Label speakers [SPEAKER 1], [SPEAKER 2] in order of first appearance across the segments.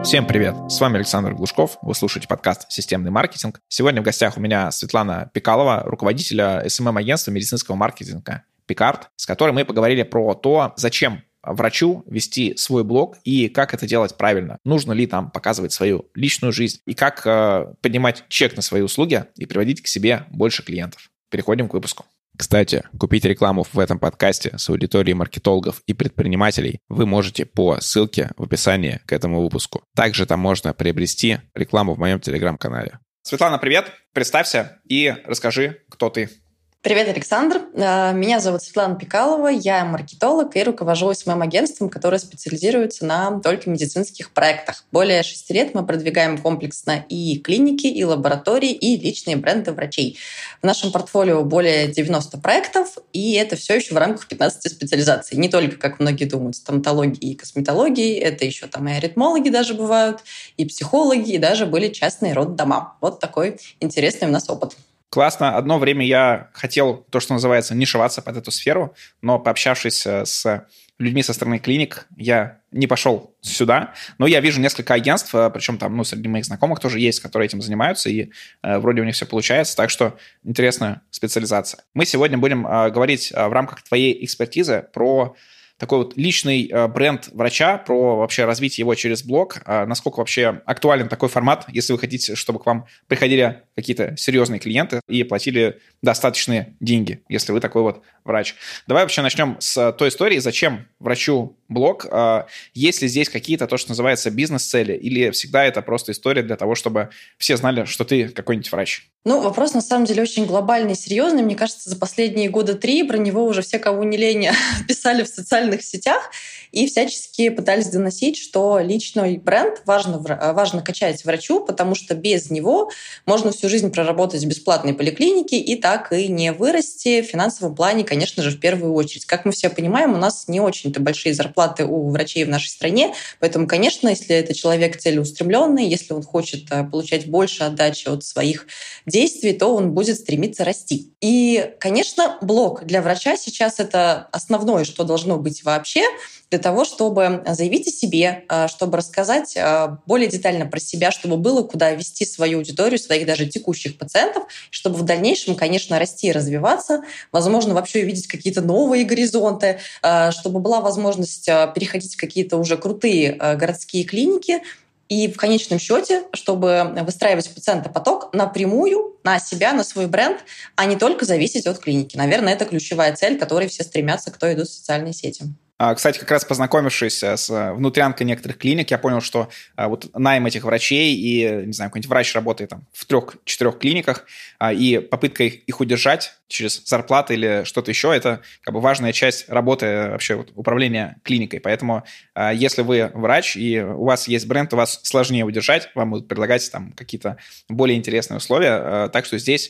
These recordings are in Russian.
[SPEAKER 1] Всем привет! С вами Александр Глушков. Вы слушаете подкаст «Системный маркетинг». Сегодня в гостях у меня Светлана Пикалова, руководитель СММ-агентства медицинского маркетинга Picard, с которой мы поговорили про то, зачем врачу вести свой блог и как это делать правильно. Нужно ли там показывать свою личную жизнь и как поднимать чек на свои услуги и приводить к себе больше клиентов. Переходим к выпуску. Кстати, купить рекламу в этом подкасте с аудиторией маркетологов и предпринимателей вы можете по ссылке в описании к этому выпуску. Также там можно приобрести рекламу в моем телеграм-канале. Светлана, привет! Представься и расскажи, кто ты.
[SPEAKER 2] Привет, Александр. Меня зовут Светлана Пикалова, я маркетолог и руковожу СММ-агентством, которое специализируется на только медицинских проектах. Более 6 лет мы продвигаем комплексно и клиники, и лаборатории, и личные бренды врачей. В нашем портфолио более 90 проектов, и это все еще в рамках 15 специализаций. Не только, как многие думают, стоматологии и косметологии, это еще там и аритмологи даже бывают, и психологи, и даже были частные роддома. Вот такой интересный у нас опыт.
[SPEAKER 1] Классно. Одно время я хотел, то, что называется, нишеваться под эту сферу, но пообщавшись с людьми со стороны клиник, я не пошел сюда. Но я вижу несколько агентств, причем там, среди моих знакомых тоже есть, которые этим занимаются, и вроде у них все получается, так что интересная специализация. Мы сегодня будем говорить в рамках твоей экспертизы про такой вот личный бренд врача, про вообще развитие его через блог, насколько вообще актуален такой формат, если вы хотите, чтобы к вам приходили какие-то серьезные клиенты и платили достаточные деньги, если вы такой вот врач. Давай вообще начнем с той истории, зачем врачу блог, есть ли здесь какие-то, то, что называется, бизнес-цели, или всегда это просто история для того, чтобы все знали, что ты какой-нибудь врач?
[SPEAKER 2] Вопрос на самом деле очень глобальный и серьезный. Мне кажется, за последние года 3 про него уже все, кого не лень, писали в социальных сетях и всячески пытались доносить, что личный бренд важно качать врачу, потому что без него можно всю жизнь проработать в бесплатной поликлинике и так и не вырасти в финансовом плане, конечно же, в первую очередь. Как мы все понимаем, у нас не очень-то большие зарплаты у врачей в нашей стране, поэтому, конечно, если это человек целеустремленный, если он хочет получать больше отдачи от своих действий, то он будет стремиться расти. И, конечно, блог для врача сейчас это основное, что должно быть вообще, для того, чтобы заявить о себе, чтобы рассказать более детально про себя, чтобы было куда вести свою аудиторию, своих даже текущих пациентов, чтобы в дальнейшем, конечно, расти и развиваться, возможно, вообще увидеть какие-то новые горизонты, чтобы была возможность переходить в какие-то уже крутые городские клиники, и в конечном счете, чтобы выстраивать пациентопоток напрямую на себя, на свой бренд, а не только зависеть от клиники. Наверное, это ключевая цель, к которой все стремятся, кто идут в социальные сети.
[SPEAKER 1] Кстати, как раз познакомившись с внутрянкой некоторых клиник, я понял, что вот найм этих врачей и, не знаю, какой-нибудь врач работает там в 3-4 клиниках, и попытка их удержать через зарплаты или что-то еще, это как бы важная часть работы вообще вот, управления клиникой. Поэтому если вы врач и у вас есть бренд, то вас сложнее удержать, вам будут предлагать там какие-то более интересные условия. Так что здесь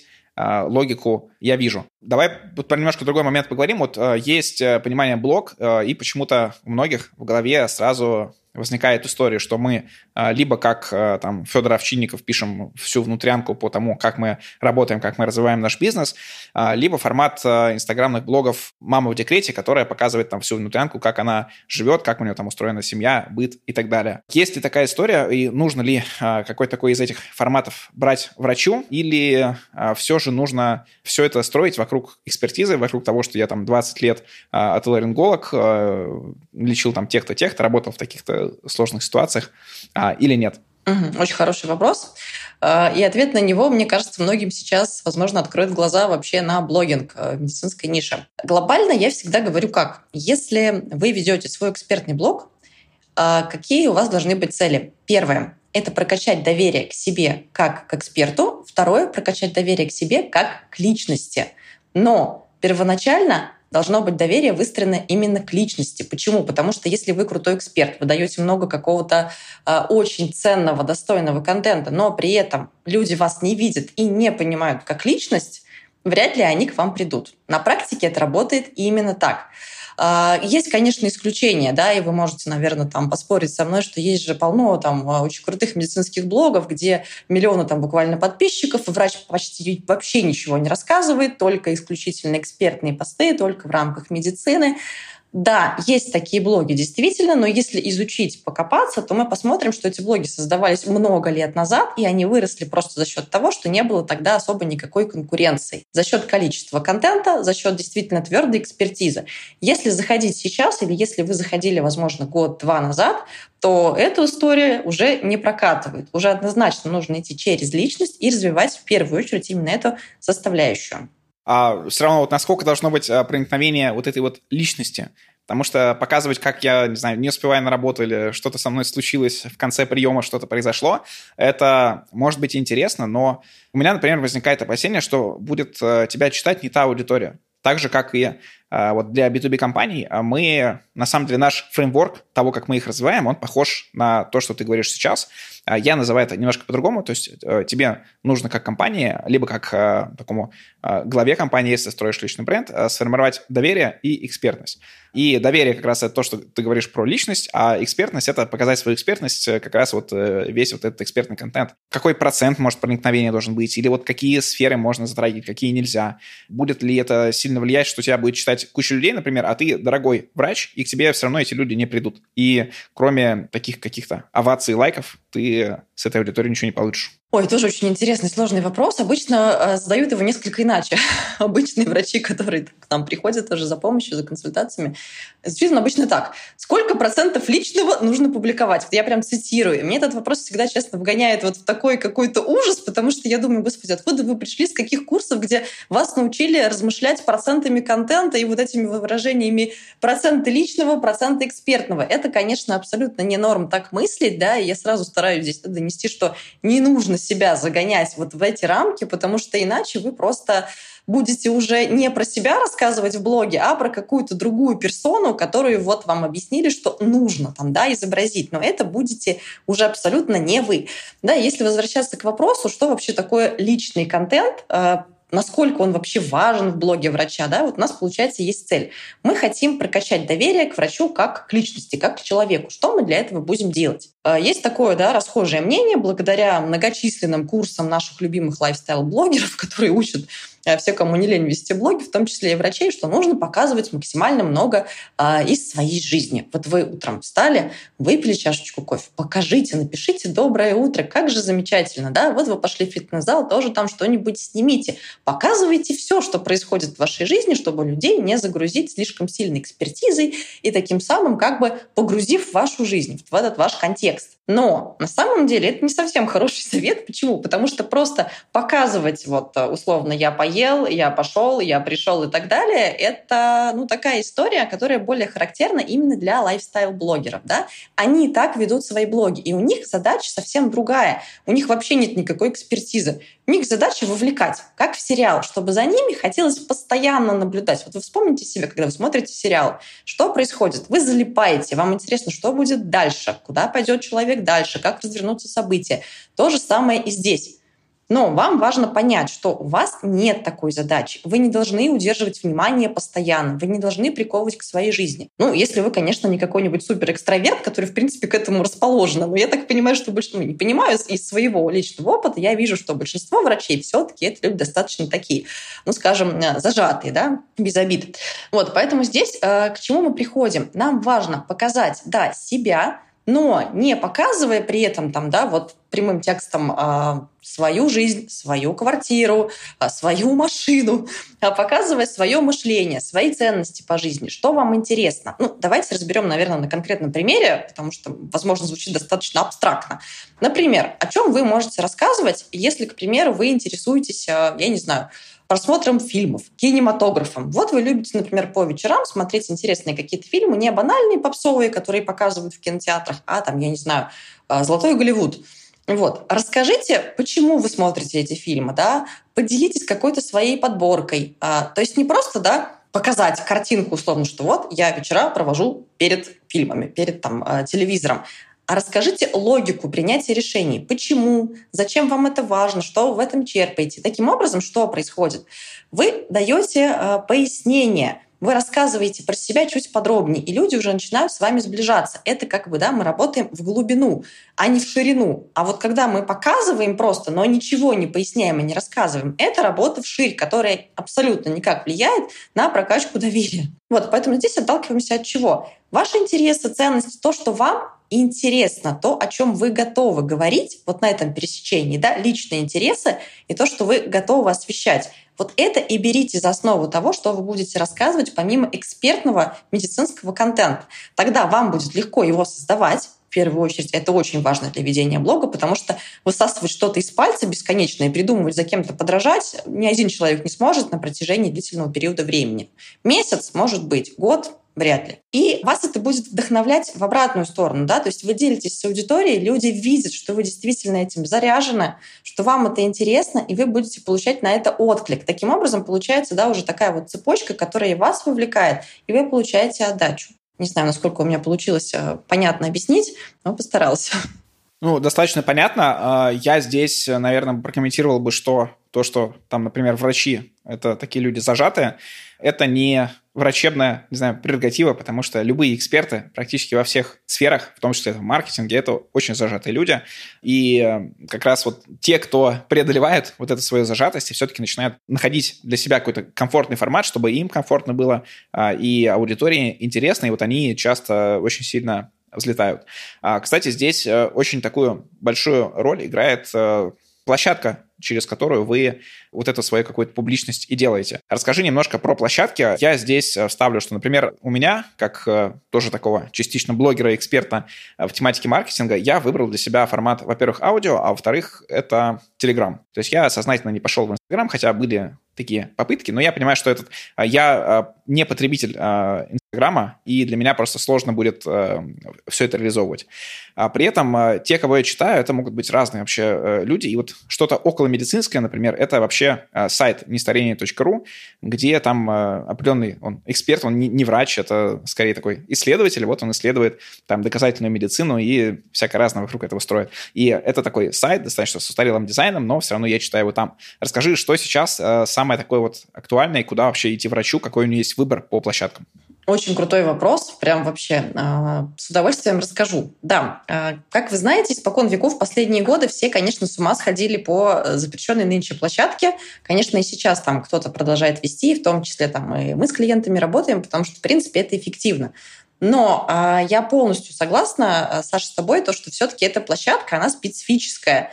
[SPEAKER 1] логику я вижу. Давай вот про немножко другой момент поговорим. Вот есть понимание блог, и почему-то у многих в голове сразу возникает история, что мы либо как там Федор Овчинников пишем всю внутрянку по тому, как мы работаем, как мы развиваем наш бизнес, либо формат инстаграмных блогов «Мама в декрете», которая показывает там всю внутрянку, как она живет, как у нее там устроена семья, быт и так далее. Есть ли такая история, и нужно ли какой-то такой из этих форматов брать врачу, или все же нужно все это строить вокруг экспертизы, вокруг того, что я там 20 лет отоларинголог, лечил там тех-то, работал в таких-то сложных ситуациях, или нет?
[SPEAKER 2] Очень хороший вопрос. И ответ на него, мне кажется, многим сейчас, возможно, откроет глаза вообще на блогинг в медицинской нише. Глобально я всегда говорю как. Если вы ведете свой экспертный блог, какие у вас должны быть цели? Первое — это прокачать доверие к себе как к эксперту. Второе — прокачать доверие к себе как к личности. Но первоначально должно быть доверие выстроено именно к личности. Почему? Потому что если вы крутой эксперт, вы даете много какого-то очень ценного, достойного контента, но при этом люди вас не видят и не понимают как личность, вряд ли они к вам придут. На практике это работает именно так. Есть, конечно, исключения, да, и вы можете, наверное, там поспорить со мной, что есть же полно там очень крутых медицинских блогов, где миллионы там буквально подписчиков, и врач почти вообще ничего не рассказывает, только исключительно экспертные посты, только в рамках медицины. Да, есть такие блоги, действительно, но если изучить, покопаться, то мы посмотрим, что эти блоги создавались много лет назад, и они выросли просто за счет того, что не было тогда особо никакой конкуренции. За счет количества контента, за счет действительно твердой экспертизы. Если заходить сейчас, или если вы заходили, возможно, год-два назад, то эту историю уже не прокатывает. Уже однозначно нужно идти через личность и развивать в первую очередь именно эту составляющую.
[SPEAKER 1] А все равно вот насколько должно быть проникновение вот этой вот личности? Потому что показывать, как я, не знаю, не успеваю на работу или что-то со мной случилось в конце приема, что-то произошло, это может быть интересно, но у меня, например, возникает опасение, что будет тебя читать не та аудитория. Так же, как и вот для B2B компаний, мы, на самом деле, наш фреймворк того, как мы их развиваем, он похож на то, что ты говоришь сейчас. Я называю это немножко по-другому, то есть тебе нужно как компании, либо как такому главе компании, если строишь личный бренд, сформировать доверие и экспертность. И доверие как раз это то, что ты говоришь про личность, а экспертность – это показать свою экспертность, как раз вот весь вот этот экспертный контент. Какой процент, может, проникновения должен быть, или вот какие сферы можно затрагивать, какие нельзя. Будет ли это сильно влиять, что тебя будет читать куча людей, например, а ты дорогой врач, и к тебе все равно эти люди не придут. И кроме таких каких-то оваций и лайков, ты с этой аудиторией ничего не получишь.
[SPEAKER 2] Ой, тоже очень интересный, сложный вопрос. Обычно задают его несколько иначе. Обычные врачи, которые к нам приходят тоже за помощью, за консультациями, действительно обычно так. Сколько процентов личного нужно публиковать? Вот я прям цитирую. И мне этот вопрос всегда, честно, вгоняет вот в такой какой-то ужас, потому что я думаю, господи, откуда вы пришли, с каких курсов, где вас научили размышлять процентами контента и вот этими выражениями проценты личного, проценты экспертного. Это, конечно, абсолютно не норм так мыслить, да, и я сразу стараюсь здесь донести, что не нужно себя загонять вот в эти рамки, потому что иначе вы просто будете уже не про себя рассказывать в блоге, а про какую-то другую персону, которую вот вам объяснили, что нужно там, да, изобразить. Но это будете уже абсолютно не вы. Да, если возвращаться к вопросу, что вообще такое личный контент, насколько он вообще важен в блоге врача, да, вот у нас, получается, есть цель. Мы хотим прокачать доверие к врачу как к личности, как к человеку. Что мы для этого будем делать? Есть такое, да, расхожее мнение, благодаря многочисленным курсам наших любимых лайфстайл-блогеров, которые учат все, кому не лень вести блоги, в том числе и врачей, что нужно показывать максимально много из своей жизни. Вот вы утром встали, выпили чашечку кофе, покажите, напишите «Доброе утро», как же замечательно, да? Вот вы пошли в фитнес-зал, тоже там что-нибудь снимите. Показывайте все, что происходит в вашей жизни, чтобы людей не загрузить слишком сильной экспертизой и таким самым как бы погрузив вашу жизнь в этот ваш контекст. Но на самом деле это не совсем хороший совет. Почему? Потому что просто показывать, вот условно, я поел, я пошел, я пришел и так далее, это такая история, которая более характерна именно для лайфстайл-блогеров. Да? Они так ведут свои блоги, и у них задача совсем другая. У них вообще нет никакой экспертизы. У них задача вовлекать, как в сериал, чтобы за ними хотелось постоянно наблюдать. Вот вы вспомните себя, когда вы смотрите сериал. Что происходит? Вы залипаете, вам интересно, что будет дальше, куда пойдет человек дальше, как развернутся события. То же самое и здесь. Но вам важно понять, что у вас нет такой задачи. Вы не должны удерживать внимание постоянно, вы не должны приковывать к своей жизни. Если вы, конечно, не какой-нибудь суперэкстраверт, который, в принципе, к этому расположен. Но я так понимаю, что большинство, не понимаю, из своего личного опыта я вижу, что большинство врачей все-таки это люди достаточно такие, скажем, зажатые, да, без обид. Поэтому здесь к чему мы приходим? Нам важно показать, да, себя, но не показывая при этом прямым текстом свою жизнь, свою квартиру, свою машину, а показывая свое мышление, свои ценности по жизни, что вам интересно. Давайте разберем, наверное, на конкретном примере, потому что, возможно, звучит достаточно абстрактно. Например, о чем вы можете рассказывать, если, к примеру, вы интересуетесь, я не знаю, просмотром фильмов, кинематографом. Вот вы любите, например, по вечерам смотреть интересные какие-то фильмы, не банальные попсовые, которые показывают в кинотеатрах, а я не знаю, «Золотой Голливуд». Расскажите, почему вы смотрите эти фильмы, да? Поделитесь какой-то своей подборкой. То есть не просто, показать картинку условно, что вот я вечера провожу перед фильмами, перед телевизором. А расскажите логику принятия решений. Почему? Зачем вам это важно? Что вы в этом черпаете? Таким образом, что происходит? Вы даете пояснение. вы рассказываете про себя чуть подробнее, и люди уже начинают с вами сближаться. Это мы работаем в глубину, а не в ширину. А вот когда мы показываем просто, но ничего не поясняем и не рассказываем, это работа вширь, которая абсолютно никак влияет на прокачку доверия. Поэтому здесь отталкиваемся от чего? Ваши интересы, ценности, то, что вам интересно, то, о чем вы готовы говорить на этом пересечении, личные интересы и то, что вы готовы освещать. Это и берите за основу того, что вы будете рассказывать помимо экспертного медицинского контента. Тогда вам будет легко его создавать. В первую очередь, это очень важно для ведения блога, потому что высасывать что-то из пальца бесконечно и придумывать, за кем-то подражать ни один человек не сможет на протяжении длительного периода времени. Месяц, может быть, год, вряд ли. И вас это будет вдохновлять в обратную сторону, то есть вы делитесь с аудиторией, люди видят, что вы действительно этим заряжены, что вам это интересно, и вы будете получать на это отклик. Таким образом, получается, уже такая цепочка, которая вас вовлекает, и вы получаете отдачу. Не знаю, насколько у меня получилось понятно объяснить, но постаралась.
[SPEAKER 1] Достаточно понятно. Я здесь, наверное, прокомментировал бы, что то, что там, например, врачи – это такие люди зажатые, это не врачебная, прерогатива, потому что любые эксперты практически во всех сферах, в том числе в маркетинге, это очень зажатые люди. И как раз те, кто преодолевает эту свою зажатость и все-таки начинают находить для себя какой-то комфортный формат, чтобы им комфортно было, и аудитории интересно, и они часто очень сильно взлетают. Кстати, здесь очень такую большую роль играет площадка, через которую вы эту свою какую-то публичность и делаете. Расскажи немножко про площадки. Я здесь вставлю, что, например, у меня, как тоже такого частично блогера-эксперта в тематике маркетинга, я выбрал для себя формат, во-первых, аудио, а во-вторых, это Telegram. То есть я сознательно не пошел в Instagram, хотя были такие попытки, но я понимаю, что я не потребитель Инстаграма, и для меня просто сложно будет все это реализовывать. При этом те, кого я читаю, это могут быть разные вообще люди, и что-то околомедицинское, например, это вообще сайт нестарение.ру, где там определенный эксперт, он не врач, это скорее такой исследователь, он исследует там доказательную медицину и всякое разное вокруг этого строит. И это такой сайт, достаточно с устарелым дизайном, но все равно я читаю его там. Расскажи, что сейчас самое такое актуальное, и куда вообще идти врачу, какой у него есть выбор по площадкам?
[SPEAKER 2] Очень крутой вопрос, прям вообще с удовольствием расскажу. Да, как вы знаете, испокон веков в последние годы все, конечно, с ума сходили по запрещенной нынче площадке. Конечно, и сейчас там кто-то продолжает вести, в том числе там и мы с клиентами работаем, потому что, в принципе, это эффективно. Но я полностью согласна, Саша, с тобой, то, что все-таки эта площадка, она специфическая.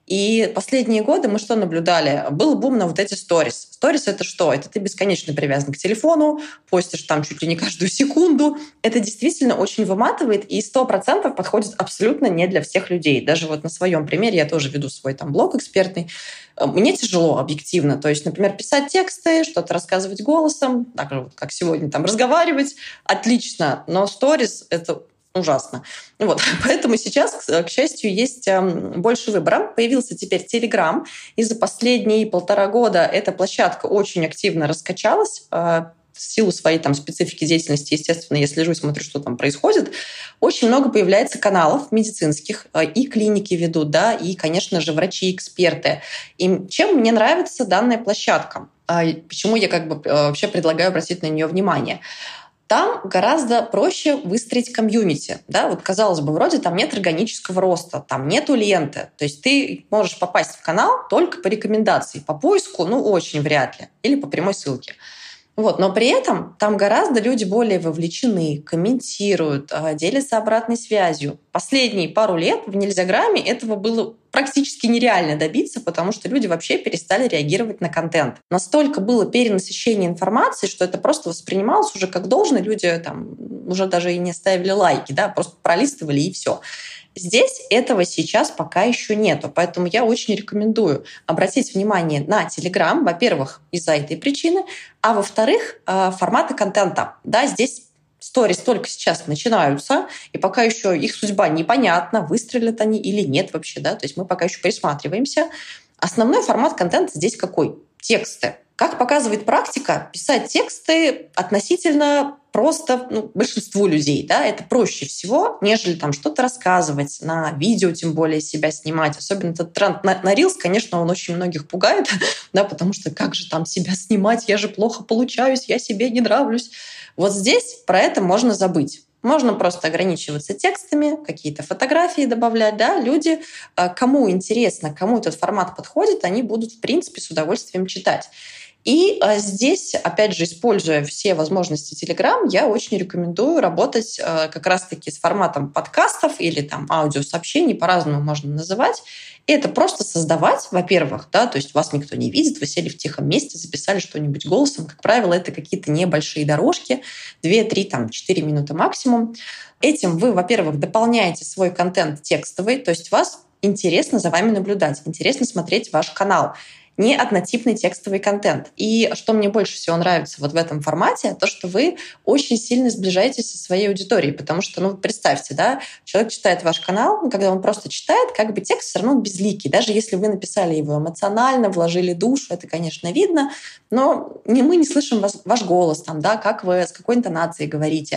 [SPEAKER 2] И последние годы мы что наблюдали? Был бум на эти сторис. Сторис — это что? Это ты бесконечно привязан к телефону, постишь там чуть ли не каждую секунду. Это действительно очень выматывает и 100% подходит абсолютно не для всех людей. Даже на своем примере, я тоже веду свой блог экспертный, мне тяжело объективно. То есть, например, писать тексты, что-то рассказывать голосом, так же, как сегодня, разговаривать — отлично. Но сторис — это ужасно. Поэтому сейчас, к счастью, есть больше выбора. Появился теперь Telegram. И за последние 1,5 года эта площадка очень активно раскачалась. В силу своей специфики деятельности, естественно, я слежу и смотрю, что там происходит. Очень много появляется каналов медицинских, и клиники ведут, и, конечно же, врачи-эксперты. И чем мне нравится данная площадка? Почему я вообще предлагаю обратить на нее внимание? Там гораздо проще выстроить комьюнити. Казалось бы, вроде там нет органического роста, там нету ленты. То есть ты можешь попасть в канал только по рекомендации. По поиску, очень вряд ли. Или по прямой ссылке. Но при этом там гораздо люди более вовлечены, комментируют, делятся обратной связью. Последние пару лет в Нельзяграме этого было практически нереально добиться, потому что люди вообще перестали реагировать на контент. Настолько было перенасыщение информации, что это просто воспринималось уже как должное. Люди уже даже и не ставили лайки, просто пролистывали и все. Здесь этого сейчас пока еще нету, поэтому я очень рекомендую обратить внимание на Telegram, во-первых, из-за этой причины, а во-вторых, форматы контента. Здесь сторис только сейчас начинаются, и пока еще их судьба непонятна, выстрелят они или нет вообще, то есть мы пока еще присматриваемся. Основной формат контента здесь какой? Тексты. Как показывает практика, писать тексты относительно просто большинству людей, да, это проще всего, нежели там что-то рассказывать, на видео тем более себя снимать. Особенно этот тренд на Reels, конечно, он очень многих пугает, да, потому что как же там себя снимать, я же плохо получаюсь, я себе не нравлюсь. Вот здесь про это можно забыть. Можно просто ограничиваться текстами, какие-то фотографии добавлять. Да? Люди, кому интересно, кому этот формат подходит, они будут, в принципе, с удовольствием читать. И здесь, опять же, используя все возможности Telegram, я очень рекомендую работать как раз-таки с форматом подкастов или там аудиосообщений, по-разному можно называть. И это просто создавать, во-первых, да, то есть вас никто не видит, вы сели в тихом месте, записали что-нибудь голосом. Как правило, это какие-то небольшие дорожки, 2, 3, 4 минуты максимум. Этим вы, во-первых, дополняете свой контент текстовый, то есть вас интересно за вами наблюдать, интересно смотреть ваш канал. Не однотипный текстовый контент. И что мне больше всего нравится вот в этом формате, то, что вы очень сильно сближаетесь со своей аудиторией, потому что, представьте, да, человек читает ваш канал, когда он просто читает, как бы текст все равно безликий. Даже если вы написали его эмоционально, вложили душу, это, конечно, видно, но мы не слышим ваш голос, там, да, как вы, с какой интонацией говорите.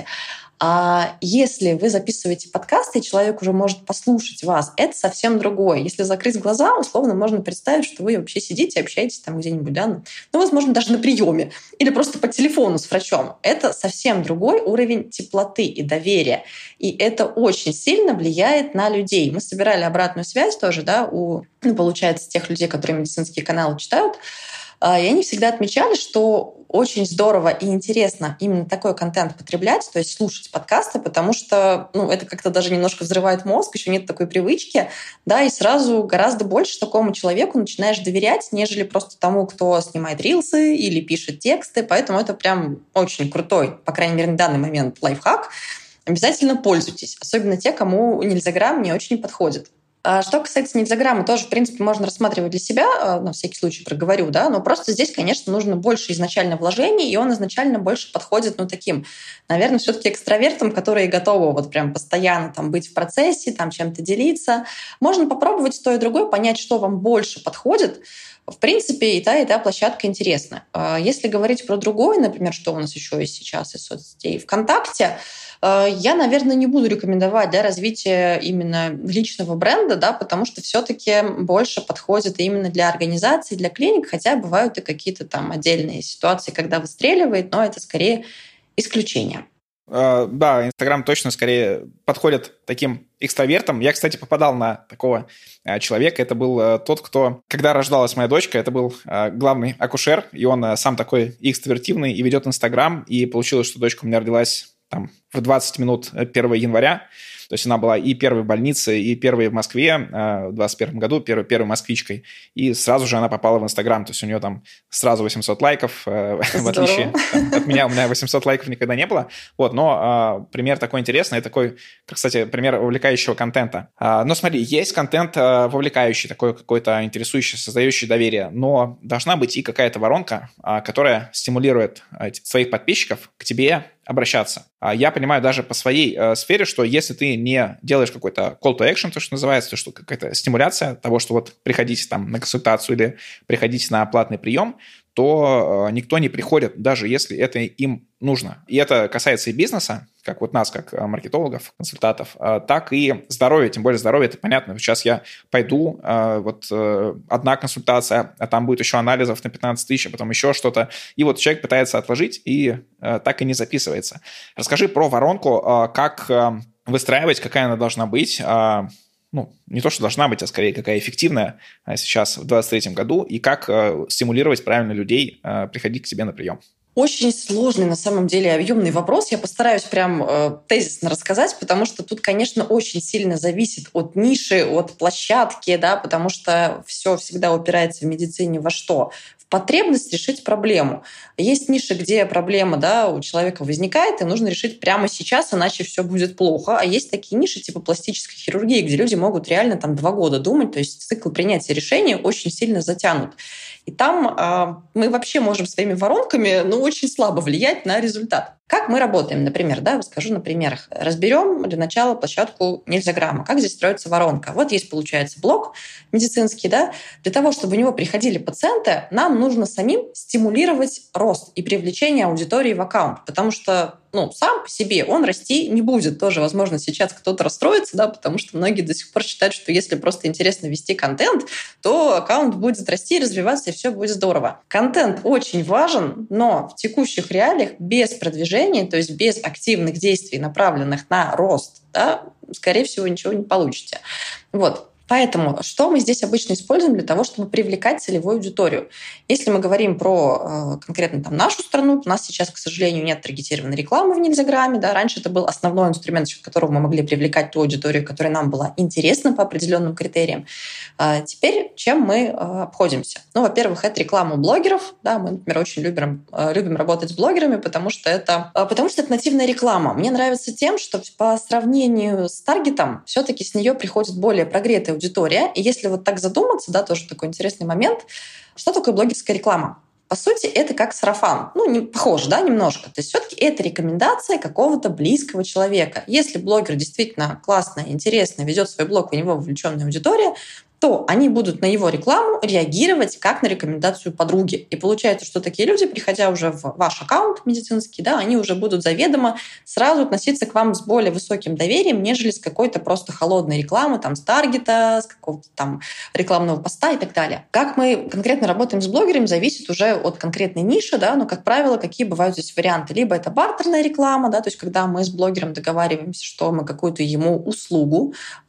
[SPEAKER 2] А если вы записываете подкасты, и человек уже может послушать вас, это совсем другое. Если закрыть глаза, условно можно представить, что вы вообще сидите, общаетесь там где-нибудь, да, возможно, даже на приеме или просто по телефону с врачом. Это совсем другой уровень теплоты и доверия. И это очень сильно влияет на людей. Мы собирали обратную связь тоже, да, получается, тех людей, которые медицинские каналы читают, и они всегда отмечали, что очень здорово и интересно именно такой контент потреблять, то есть слушать подкасты, потому что это как-то даже немножко взрывает мозг, еще нет такой привычки, да, и сразу гораздо больше такому человеку начинаешь доверять, нежели просто тому, кто снимает рилсы или пишет тексты, поэтому это прям очень крутой, по крайней мере, на данный момент лайфхак. Обязательно пользуйтесь, особенно те, кому Нельзяграм не очень подходит. Что касается Нельзяграма, тоже, в принципе, можно рассматривать для себя, на всякий случай проговорю, да, но просто здесь, конечно, нужно больше изначально вложений, и он изначально больше подходит, таким, наверное, все-таки экстравертам, которые готовы вот прям постоянно там быть в процессе, там чем-то делиться. Можно попробовать то и другое, понять, что вам больше подходит. В принципе, и та площадка интересна. Если говорить про другое, например, что у нас еще есть сейчас из соцсетей, ВКонтакте, я, наверное, не буду рекомендовать развитие именно личного бренда, да, потому что все-таки больше подходит именно для организаций, для клиник, хотя бывают и какие-то там отдельные ситуации, когда выстреливает, но это скорее исключение.
[SPEAKER 1] Да, Инстаграм точно скорее подходит таким экстравертам. Я, кстати, попадал на такого человека. Это был тот, кто, когда рождалась моя дочка, это был главный акушер, и он сам такой экстравертивный и ведет Инстаграм, и получилось, что дочка у меня родилась там в 20 минут 1 января. То есть она была и первой в больнице, и первой в Москве в 2021 году, первой москвичкой. И сразу же она попала в Инстаграм. То есть у нее там сразу 800 лайков, в отличие от меня. У меня 800 лайков никогда не было. Но пример такой интересный, такой, кстати, пример вовлекающего контента. Но смотри, есть контент вовлекающий, такой какой-то интересующий, создающий доверие. Но должна быть и какая-то воронка, которая стимулирует своих подписчиков к тебе обращаться. Я понимаю даже по своей сфере, что если ты не делаешь какой-то call to action, то, что называется, то, что какая-то стимуляция того, что вот приходите там на консультацию или приходите на платный прием, то никто не приходит, даже если это им нужно. И это касается и бизнеса, как вот нас, как маркетологов, консультантов, так и здоровья. Тем более здоровье, это понятно. Сейчас я пойду, одна консультация, а там будет еще анализов на 15 тысяч, а потом еще что-то. И вот человек пытается отложить и так и не записывается. Расскажи про воронку, как выстраивать, какая она должна быть, не то, что должна быть, а скорее какая эффективная сейчас в 2023 году, и как стимулировать правильно людей приходить к тебе на прием.
[SPEAKER 2] Очень сложный, на самом деле, объемный вопрос. Я постараюсь прям тезисно рассказать, потому что тут, конечно, очень сильно зависит от ниши, от площадки, да, потому что все всегда упирается в медицине во что? В потребность решить проблему. Есть ниши, где проблема, да, у человека возникает, и нужно решить прямо сейчас, иначе все будет плохо. А есть такие ниши типа пластической хирургии, где люди могут реально там 2 года думать, то есть цикл принятия решения очень сильно затянут. И там мы вообще можем своими воронками, очень слабо влиять на результат. Как мы работаем, например, да, расскажу на примерах. Разберем для начала площадку Нельзяграма. Как здесь строится воронка? Вот есть, получается, блок медицинский, да. Для того, чтобы в него приходили пациенты, нам нужно самим стимулировать рост и привлечение аудитории в аккаунт. Потому что, сам по себе он расти не будет. Тоже, возможно, сейчас кто-то расстроится, да, потому что многие до сих пор считают, что если просто интересно вести контент, то аккаунт будет расти, развиваться, и все будет здорово. Контент очень важен, но в текущих реалиях без продвижения, то есть без активных действий, направленных на рост, да, скорее всего, ничего не получите. Вот. Поэтому что мы здесь обычно используем для того, чтобы привлекать целевую аудиторию? Если мы говорим про конкретно нашу страну, у нас сейчас, к сожалению, нет таргетированной рекламы в Нельзяграме. Да? Раньше это был основной инструмент, за счет которого мы могли привлекать ту аудиторию, которая нам была интересна по определенным критериям. Теперь чем мы обходимся? Во-первых, это реклама у блогеров. Да? Мы, например, очень любим работать с блогерами, потому что это нативная реклама. Мне нравится тем, что по сравнению с таргетом все-таки с нее приходит более прогретая аудитория. И если вот так задуматься, да, тоже такой интересный момент, что такое блогерская реклама? По сути, это как сарафан. Не похоже, да, немножко. То есть все-таки это рекомендация какого-то близкого человека. Если блогер действительно классно, интересно ведет свой блог, у него вовлеченная аудитория, то они будут на его рекламу реагировать как на рекомендацию подруги. И получается, что такие люди, приходя уже в ваш аккаунт медицинский, да, они уже будут заведомо сразу относиться к вам с более высоким доверием, нежели с какой-то просто холодной рекламы, с таргета, с какого-то рекламного поста и так далее. Как мы конкретно работаем с блогерами, зависит уже от конкретной ниши, да, но, как правило, какие бывают здесь варианты. Либо это бартерная реклама, да, то есть когда мы с блогером договариваемся, что мы какую-то ему услугу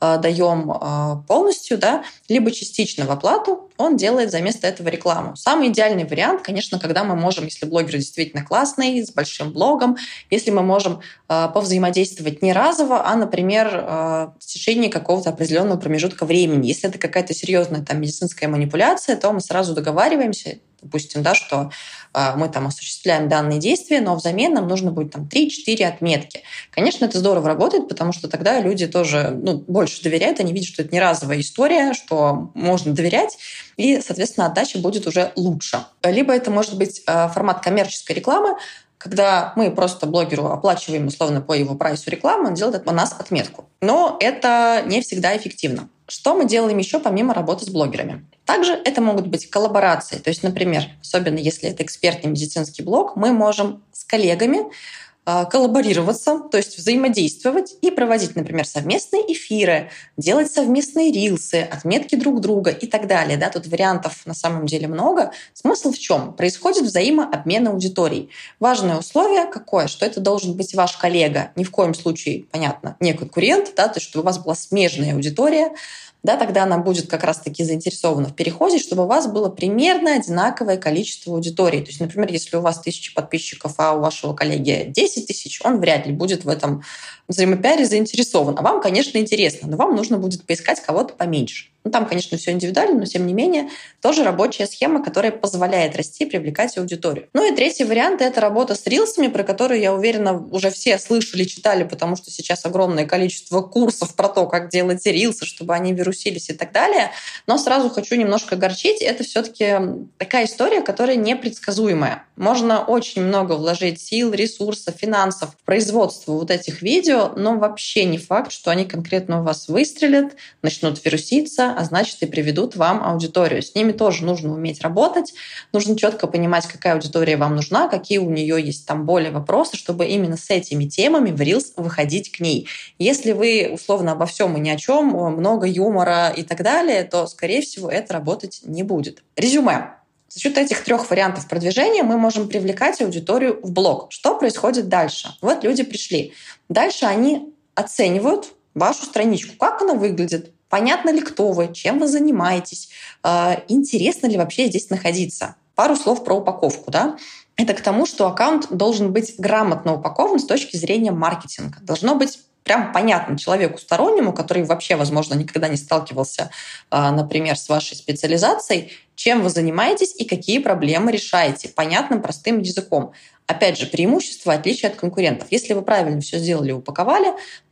[SPEAKER 2] даем полностью, да, либо частично в оплату, он делает за место этого рекламу. Самый идеальный вариант, конечно, когда мы можем, если блогер действительно классный, с большим блогом, если мы можем повзаимодействовать не разово, а, например, в течение какого-то определенного промежутка времени. Если это какая-то серьезная медицинская манипуляция, то мы сразу договариваемся, допустим, да, что мы осуществляем данные действия, но взамен нам нужно будет 3-4 отметки. Конечно, это здорово работает, потому что тогда люди тоже больше доверяют, они видят, что это не разовая история, что можно доверять, и, соответственно, отдача будет уже лучше. Либо это может быть формат коммерческой рекламы, когда мы просто блогеру оплачиваем условно по его прайсу рекламу, он делает у нас отметку. Но это не всегда эффективно. Что мы делаем еще помимо работы с блогерами? Также это могут быть коллаборации. То есть, например, особенно если это экспертный медицинский блог, мы можем с коллегами коллаборироваться, то есть взаимодействовать и проводить, например, совместные эфиры, делать совместные рилсы, отметки друг друга и так далее. Да, тут вариантов на самом деле много. Смысл в чем? Происходит взаимообмен аудиторией. Важное условие какое? Что это должен быть ваш коллега. Ни в коем случае, понятно, не конкурент, да, то есть чтобы у вас была смежная аудитория, да, тогда она будет как раз-таки заинтересована в переходе, чтобы у вас было примерно одинаковое количество аудитории. То есть, например, если у вас 1000 подписчиков, а у вашего коллеги 10 тысяч, он вряд ли будет в этом взаимопиаре заинтересован. А вам, конечно, интересно, но вам нужно будет поискать кого-то поменьше. Там, конечно, все индивидуально, но тем не менее тоже рабочая схема, которая позволяет расти и привлекать аудиторию. И третий вариант — это работа с рилсами, про которую, я уверена, уже все слышали, читали, потому что сейчас огромное количество курсов про то, как делать рилсы, чтобы они вирусились и так далее. Но сразу хочу немножко огорчить. Это все-таки такая история, которая непредсказуемая. Можно очень много вложить сил, ресурсов, финансов в производство вот этих видео, но вообще не факт, что они конкретно у вас выстрелят, начнут вируситься, а значит и приведут вам аудиторию. С ними тоже нужно уметь работать, нужно четко понимать, какая аудитория вам нужна, какие у нее есть боли, вопросы, чтобы именно с этими темами в Reels выходить к ней. Если вы условно обо всем и ни о чем, много юмора и так далее, то, скорее всего, это работать не будет. Резюме. За счет этих 3 вариантов продвижения мы можем привлекать аудиторию в блог. Что происходит дальше? Вот люди пришли. Дальше они оценивают вашу страничку, как она выглядит, понятно ли, кто вы, чем вы занимаетесь, интересно ли вообще здесь находиться. Пару слов про упаковку. Да? Это к тому, что аккаунт должен быть грамотно упакован с точки зрения маркетинга. Должно быть прям понятно человеку стороннему, который вообще, возможно, никогда не сталкивался, например, с вашей специализацией, чем вы занимаетесь и какие проблемы решаете понятным, простым языком. Опять же, преимущество, отличие от конкурентов. Если вы правильно все сделали и упаковали,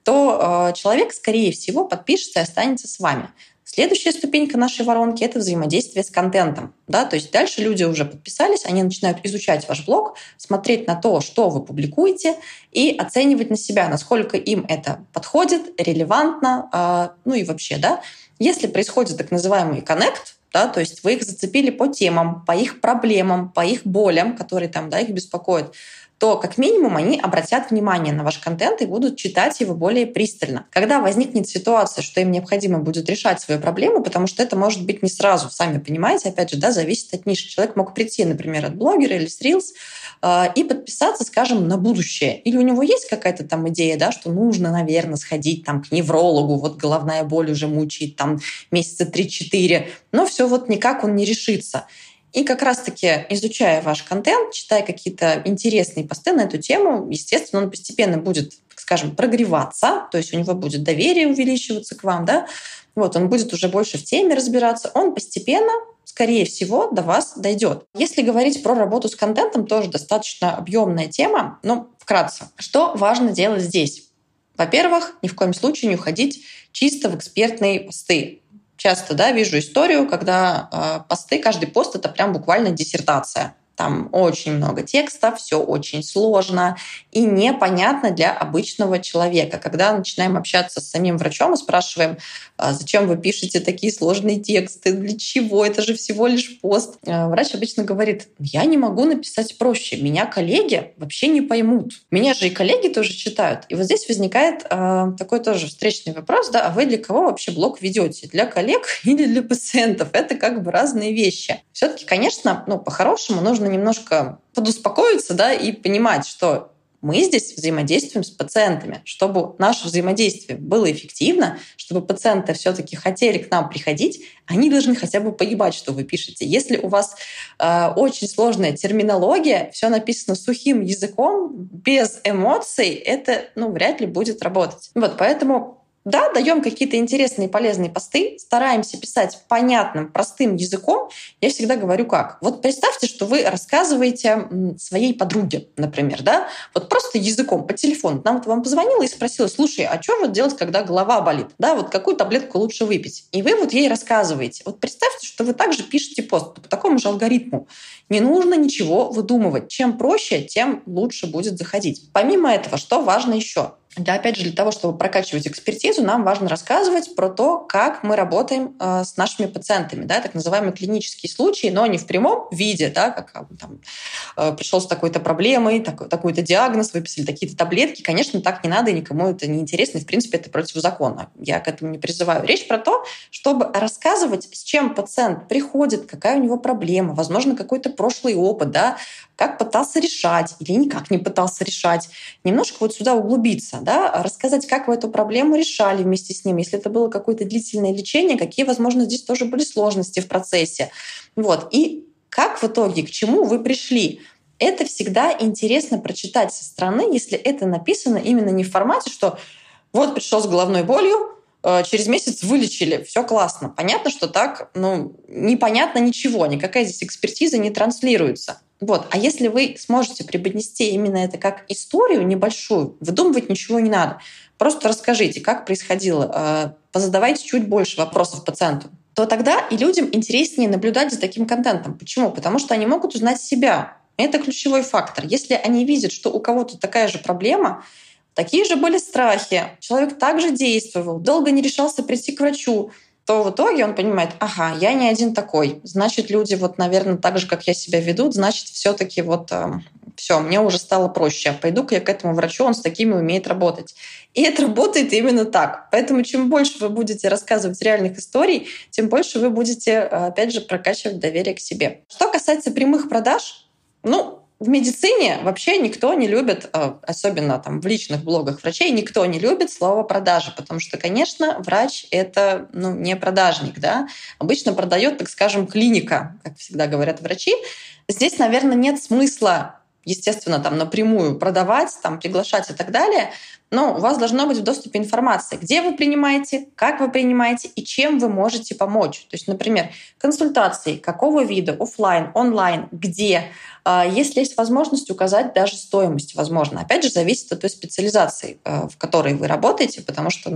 [SPEAKER 2] то человек, скорее всего, подпишется и останется с вами. Следующая ступенька нашей воронки — это взаимодействие с контентом. Да? То есть дальше люди уже подписались, они начинают изучать ваш блог, смотреть на то, что вы публикуете, и оценивать на себя, насколько им это подходит, релевантно, и вообще. Да? Если происходит так называемый коннект, да, то есть вы их зацепили по темам, по их проблемам, по их болям, которые их беспокоят, то как минимум они обратят внимание на ваш контент и будут читать его более пристально. Когда возникнет ситуация, что им необходимо будет решать свою проблему, потому что это может быть не сразу, сами понимаете, опять же, да, зависит от ниши. Человек мог прийти, например, от блогера или с Reels и подписаться, скажем, на будущее. Или у него есть какая-то там идея, да, что нужно, наверное, сходить там к неврологу, вот головная боль уже мучает там месяца 3-4, но все вот никак он не решится. И как раз-таки, изучая ваш контент, читая какие-то интересные посты на эту тему, естественно, он постепенно будет, так скажем, прогреваться, то есть у него будет доверие увеличиваться к вам, да, вот, он будет уже больше в теме разбираться, он постепенно, скорее всего, до вас дойдет. Если говорить про работу с контентом, тоже достаточно объемная тема, но вкратце. Что важно делать здесь? Во-первых, ни в коем случае не уходить чисто в экспертные посты. Часто, да, вижу историю, когда посты, каждый пост — это прям буквально диссертация. Там очень много текста, все очень сложно и непонятно для обычного человека. Когда начинаем общаться с самим врачом и спрашиваем, зачем вы пишете такие сложные тексты, для чего, это же всего лишь пост. Врач обычно говорит, я не могу написать проще, меня коллеги вообще не поймут. Меня же и коллеги тоже читают. И вот здесь возникает такой тоже встречный вопрос, да, а вы для кого вообще блог ведете? Для коллег или для пациентов? Это как бы разные вещи. Все-таки, конечно, по-хорошему нужно немножко подуспокоиться, да, и понимать, что мы здесь взаимодействуем с пациентами. Чтобы наше взаимодействие было эффективно, чтобы пациенты все-таки хотели к нам приходить, они должны хотя бы понимать, что вы пишете. Если у вас очень сложная терминология, все написано сухим языком, без эмоций, это вряд ли будет работать. Вот, поэтому да, даем какие-то интересные и полезные посты, стараемся писать понятным, простым языком. Я всегда говорю как. Вот представьте, что вы рассказываете своей подруге, например, да, вот просто языком по телефону. Она вот вам позвонила и спросила, слушай, а что вот делать, когда голова болит? Да, вот какую таблетку лучше выпить? И вы вот ей рассказываете. Вот представьте, что вы также пишете пост по такому же алгоритму. Не нужно ничего выдумывать. Чем проще, тем лучше будет заходить. Помимо этого, что важно еще? Опять же, для того, чтобы прокачивать экспертизу, нам важно рассказывать про то, как мы работаем с нашими пациентами, да, так называемые клинические случаи, но не в прямом виде, да, как там, пришел с такой-то проблемой, такой-то диагноз, выписали такие-то таблетки. Конечно, так не надо, и никому это не интересно, и, в принципе, это противозаконно. Я к этому не призываю. Речь про то, чтобы рассказывать, с чем пациент приходит, какая у него проблема, возможно, какой-то прошлый опыт, да, как пытался решать или никак не пытался решать. Немножко вот сюда углубиться, да, рассказать, как вы эту проблему решали вместе с ним, если это было какое-то длительное лечение, какие, возможно, здесь тоже были сложности в процессе. Вот. И как в итоге, к чему вы пришли. Это всегда интересно прочитать со стороны, если это написано именно не в формате, что вот пришел с головной болью, через месяц вылечили, все классно. Понятно, что так, непонятно ничего, никакая здесь экспертиза не транслируется. Вот. А если вы сможете преподнести именно это как историю небольшую, выдумывать ничего не надо, просто расскажите, как происходило, позадавайте чуть больше вопросов пациенту, то тогда и людям интереснее наблюдать за таким контентом. Почему? Потому что они могут узнать себя. Это ключевой фактор. Если они видят, что у кого-то такая же проблема, такие же были страхи, человек также действовал, долго не решался прийти к врачу, то в итоге он понимает, ага, я не один такой. Значит, люди вот, наверное, так же, как я себя ведут, значит, все-таки вот все, мне уже стало проще. Пойду-ка я к этому врачу, он с такими умеет работать. И это работает именно так. Поэтому чем больше вы будете рассказывать реальных историй, тем больше вы будете, опять же, прокачивать доверие к себе. Что касается прямых продаж, в медицине вообще никто не любит, особенно там в личных блогах врачей, никто не любит слово «продажи», потому что, конечно, врач — это не продажник. Да? Обычно продает, так скажем, клиника, как всегда говорят врачи. Здесь, наверное, нет смысла, естественно, там напрямую продавать, там, приглашать и так далее, но у вас должно быть в доступе информация, где вы принимаете, как вы принимаете и чем вы можете помочь. То есть, например, консультации, какого вида, офлайн, онлайн, где. Если есть возможность указать даже стоимость, возможно. Опять же, зависит от той специализации, в которой вы работаете, потому что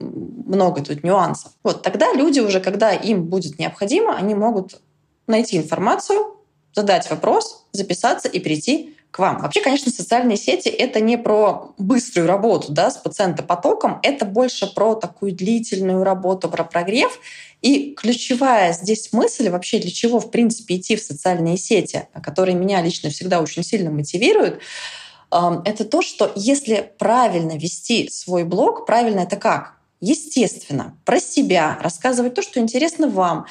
[SPEAKER 2] много тут нюансов. Вот тогда люди уже, когда им будет необходимо, они могут найти информацию, задать вопрос, записаться и прийти к вам. Вообще, конечно, социальные сети — это не про быструю работу, да, с пациентопотоком, это больше про такую длительную работу, про прогрев. И ключевая здесь мысль вообще, для чего, в принципе, идти в социальные сети, которые меня лично всегда очень сильно мотивируют, это то, что если правильно вести свой блог, правильно это как? Естественно, про себя, рассказывать то, что интересно вам,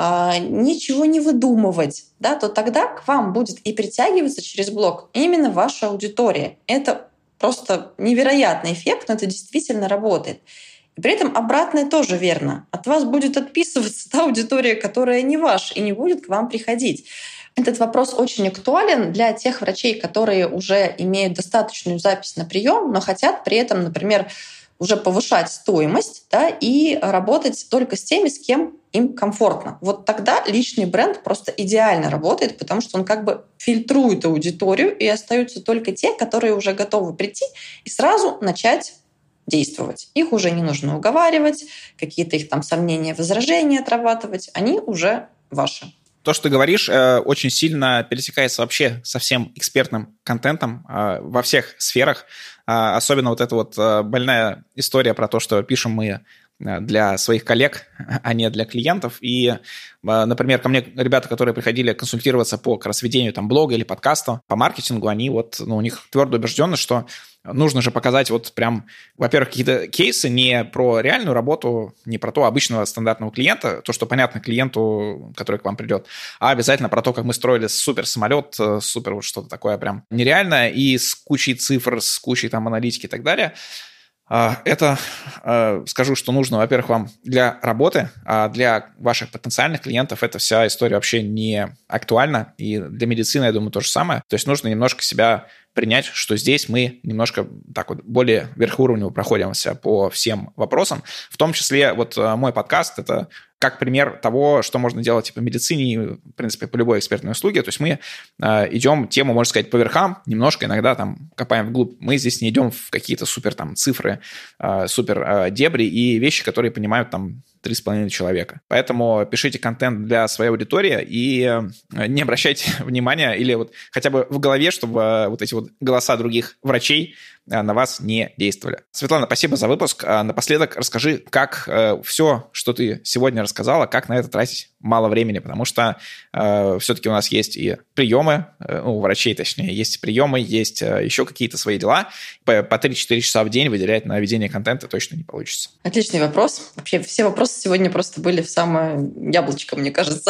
[SPEAKER 2] ничего не выдумывать, да, то тогда к вам будет и притягиваться через блог именно ваша аудитория. Это просто невероятный эффект, но это действительно работает. И при этом обратное тоже верно. От вас будет отписываться та аудитория, которая не ваша, и не будет к вам приходить. Этот вопрос очень актуален для тех врачей, которые уже имеют достаточную запись на прием, но хотят при этом, например, уже повышать стоимость, да, и работать только с теми, с кем им комфортно. Вот тогда личный бренд просто идеально работает, потому что он как бы фильтрует аудиторию, и остаются только те, которые уже готовы прийти и сразу начать действовать. Их уже не нужно уговаривать, какие-то их там сомнения, возражения отрабатывать, они уже ваши.
[SPEAKER 1] То, что ты говоришь, очень сильно пересекается вообще со всем экспертным контентом во всех сферах. Особенно вот эта вот больная история про то, что пишем мы для своих коллег, а не для клиентов. И, например, ко мне ребята, которые приходили консультироваться по как раз ведению там, блога или подкаста, по маркетингу, они вот, у них твердо убеждены, что нужно же показать вот прям, во-первых, какие-то кейсы не про реальную работу, не про то обычного стандартного клиента, то, что понятно клиенту, который к вам придет, а обязательно про то, как мы строили супер самолет, супер вот что-то такое прям нереальное, и с кучей цифр, с кучей там аналитики и так далее. Это, скажу, что нужно, во-первых, вам для работы, а для ваших потенциальных клиентов эта вся история вообще не актуальна, и для медицины, я думаю, то же самое. То есть нужно немножко себя принять, что здесь мы немножко так вот более верхуровнево проходимся по всем вопросам. В том числе вот мой подкаст — это как пример того, что можно делать и по медицине, и, в принципе, по любой экспертной услуге. То есть мы идем тему, можно сказать, по верхам, немножко иногда там копаем вглубь. Мы здесь не идем в какие-то супер там цифры, супер дебри и вещи, которые понимают там 3,5 человека. Поэтому пишите контент для своей аудитории и не обращайте внимания или вот хотя бы в голове, чтобы вот эти вот голоса других врачей на вас не действовали. Светлана, спасибо за выпуск. Напоследок расскажи, как все, что ты сегодня рассказала, как на это тратить мало времени, потому что все-таки у нас есть и приемы, у врачей, точнее, есть приемы, есть еще какие-то свои дела. По 3-4 часа в день выделять на ведение контента точно не получится.
[SPEAKER 2] Отличный вопрос. Вообще все вопросы сегодня просто были в самое яблочко, мне кажется.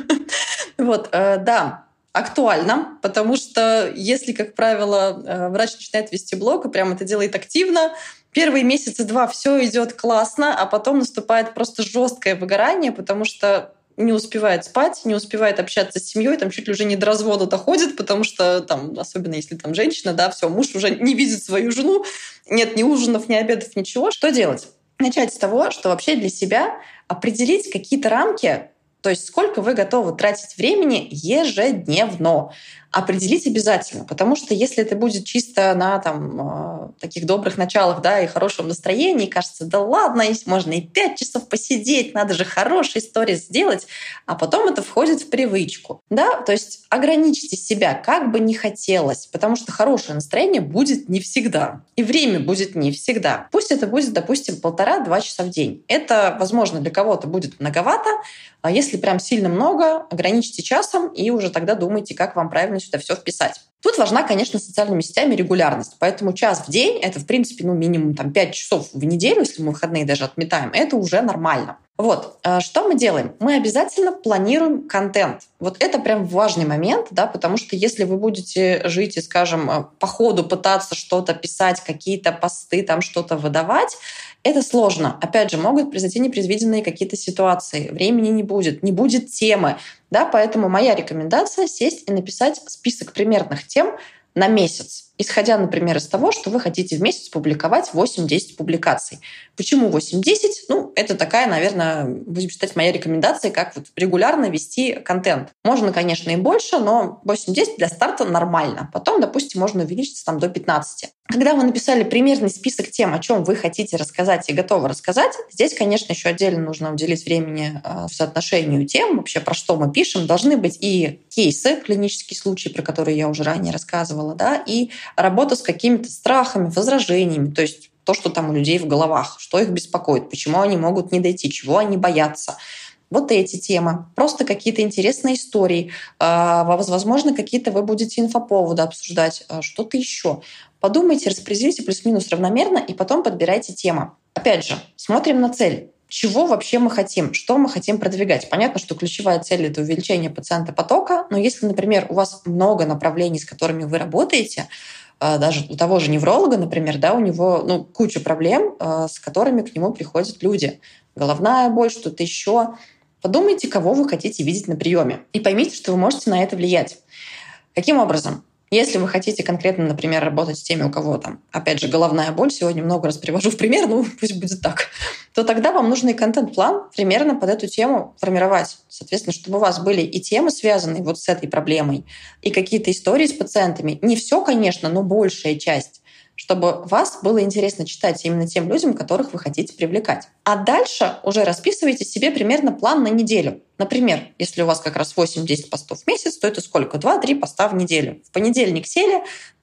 [SPEAKER 2] Вот, да. Актуально, потому что если, как правило, врач начинает вести блог и прям это делает активно, первые месяца 2 все идет классно, а потом наступает просто жесткое выгорание, потому что не успевает спать, не успевает общаться с семьей, там чуть ли уже не до развода доходит, потому что там, особенно если там женщина, да, все, муж уже не видит свою жену, нет ни ужинов, ни обедов, ничего. Что делать? Начать с того, что вообще для себя определить какие-то рамки, то есть сколько вы готовы тратить времени ежедневно. Определить обязательно, потому что если это будет чисто на там, таких добрых началах, да, и хорошем настроении, кажется, да ладно, можно и 5 часов посидеть, надо же хорошие истории сделать, а потом это входит в привычку. Да? То есть ограничьте себя, как бы не хотелось, потому что хорошее настроение будет не всегда, и время будет не всегда. Пусть это будет, допустим, 1,5-2 часа в день. Это, возможно, для кого-то будет многовато, а если прям сильно много, ограничьте часом и уже тогда думайте, как вам правильно сюда все вписать. Тут важна, конечно, социальными сетями регулярность. Поэтому час в день — это, в принципе, минимум там, 5 часов в неделю, если мы выходные даже отметаем, это уже нормально. Вот. Что мы делаем? Мы обязательно планируем контент. Вот это прям важный момент, да, потому что если вы будете жить и, скажем, по ходу пытаться что-то писать, какие-то посты, там что-то выдавать, это сложно. Опять же, могут произойти непредвиденные какие-то ситуации. Времени не будет темы. Да, поэтому моя рекомендация — сесть и написать список примерных тем на месяц, исходя, например, из того, что вы хотите в месяц публиковать 8-10 публикаций. Почему 8-10? Это такая, наверное, будем считать, моя рекомендация, как вот регулярно вести контент. Можно, конечно, и больше, но 8-10 для старта нормально. Потом, допустим, можно увеличиться там до 15. Когда вы написали примерный список тем, о чем вы хотите рассказать и готовы рассказать, здесь, конечно, еще отдельно нужно уделить времени в соотношению тем, вообще про что мы пишем. Должны быть и кейсы, клинические случаи, про которые я уже ранее рассказывала, да, и работа с какими-то страхами, возражениями, то есть то, что там у людей в головах, что их беспокоит, почему они могут не дойти, чего они боятся. вот эти темы, просто какие-то интересные истории, возможно, какие-то вы будете инфоповоды обсуждать, что-то еще. Подумайте, распределите плюс-минус равномерно и потом подбирайте темы. Опять же, смотрим на цель. Чего вообще мы хотим? Что мы хотим продвигать? Понятно, что ключевая цель — это увеличение пациентопотока, но если, например, у вас много направлений, с которыми вы работаете, даже у того же невролога, например, да, у него куча проблем, с которыми к нему приходят люди. Головная боль, что-то еще. Подумайте, кого вы хотите видеть на приеме. И поймите, что вы можете на это влиять. Каким образом? Если вы хотите конкретно, например, работать с теми, у кого там, опять же, головная боль, сегодня много раз привожу в пример, пусть будет так, то тогда вам нужно и контент-план примерно под эту тему формировать. Соответственно, чтобы у вас были и темы, связанные вот с этой проблемой, и какие-то истории с пациентами. Не все, конечно, но большая часть. Чтобы вас было интересно читать именно тем людям, которых вы хотите привлекать. А дальше уже расписывайте себе примерно план на неделю. Например, если у вас как раз 8-10 постов в месяц, то это сколько? 2-3 поста в неделю. В понедельник сели,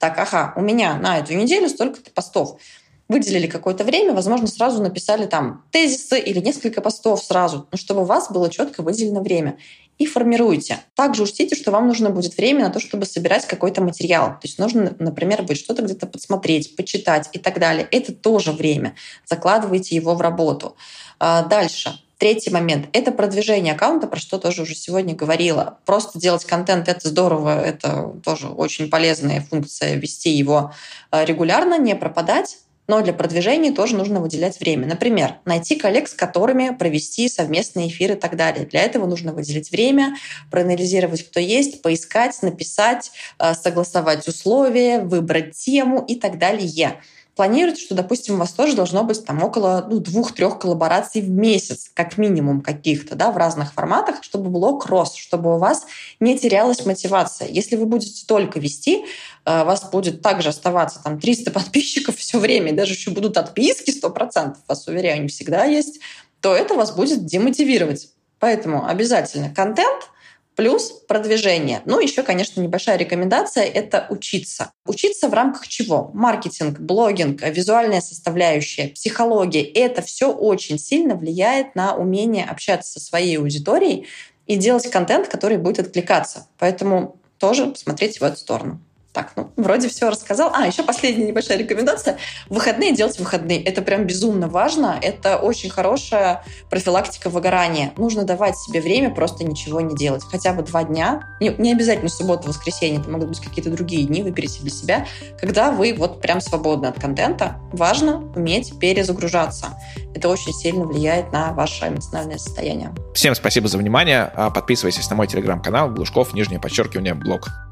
[SPEAKER 2] у меня на эту неделю столько-то постов. Выделили какое-то время, возможно, сразу написали там тезисы или несколько постов сразу, чтобы у вас было четко выделено время. И формируйте. Также учтите, что вам нужно будет время на то, чтобы собирать какой-то материал. То есть нужно, например, будет что-то где-то подсмотреть, почитать и так далее. Это тоже время. Закладывайте его в работу. Дальше. Третий момент — это продвижение аккаунта, про что тоже уже сегодня говорила. Просто делать контент — это здорово, это тоже очень полезная функция, вести его регулярно, не пропадать. Но для продвижения тоже нужно выделять время. Например, найти коллег, с которыми провести совместные эфиры и так далее. Для этого нужно выделить время, проанализировать, кто есть, поискать, написать, согласовать условия, выбрать тему и так далее. Планируйте, что, допустим, у вас тоже должно быть там около 2-3 коллабораций в месяц, как минимум каких-то, в разных форматах, чтобы было кросс, чтобы у вас не терялась мотивация. Если вы будете только вести, у вас будет также оставаться 300 подписчиков все время, и даже еще будут отписки 100%, вас уверяю, не всегда есть, то это вас будет демотивировать. Поэтому обязательно контент плюс продвижение. Еще, конечно, небольшая рекомендация — это учиться. Учиться в рамках чего? Маркетинг, блогинг, визуальная составляющая, психология. Это все очень сильно влияет на умение общаться со своей аудиторией и делать контент, который будет откликаться. Поэтому тоже смотрите в эту сторону. Так, вроде все рассказал. Еще последняя небольшая рекомендация. Выходные делать выходные. Это прям безумно важно. Это очень хорошая профилактика выгорания. Нужно давать себе время просто ничего не делать. Хотя бы 2 дня. Не обязательно суббота, воскресенье. Это могут быть какие-то другие дни. Выберите для себя. Когда вы прям свободны от контента. Важно уметь перезагружаться. Это очень сильно влияет на ваше эмоциональное состояние.
[SPEAKER 1] Всем спасибо за внимание. Подписывайтесь на мой телеграм-канал Глушков, _блог.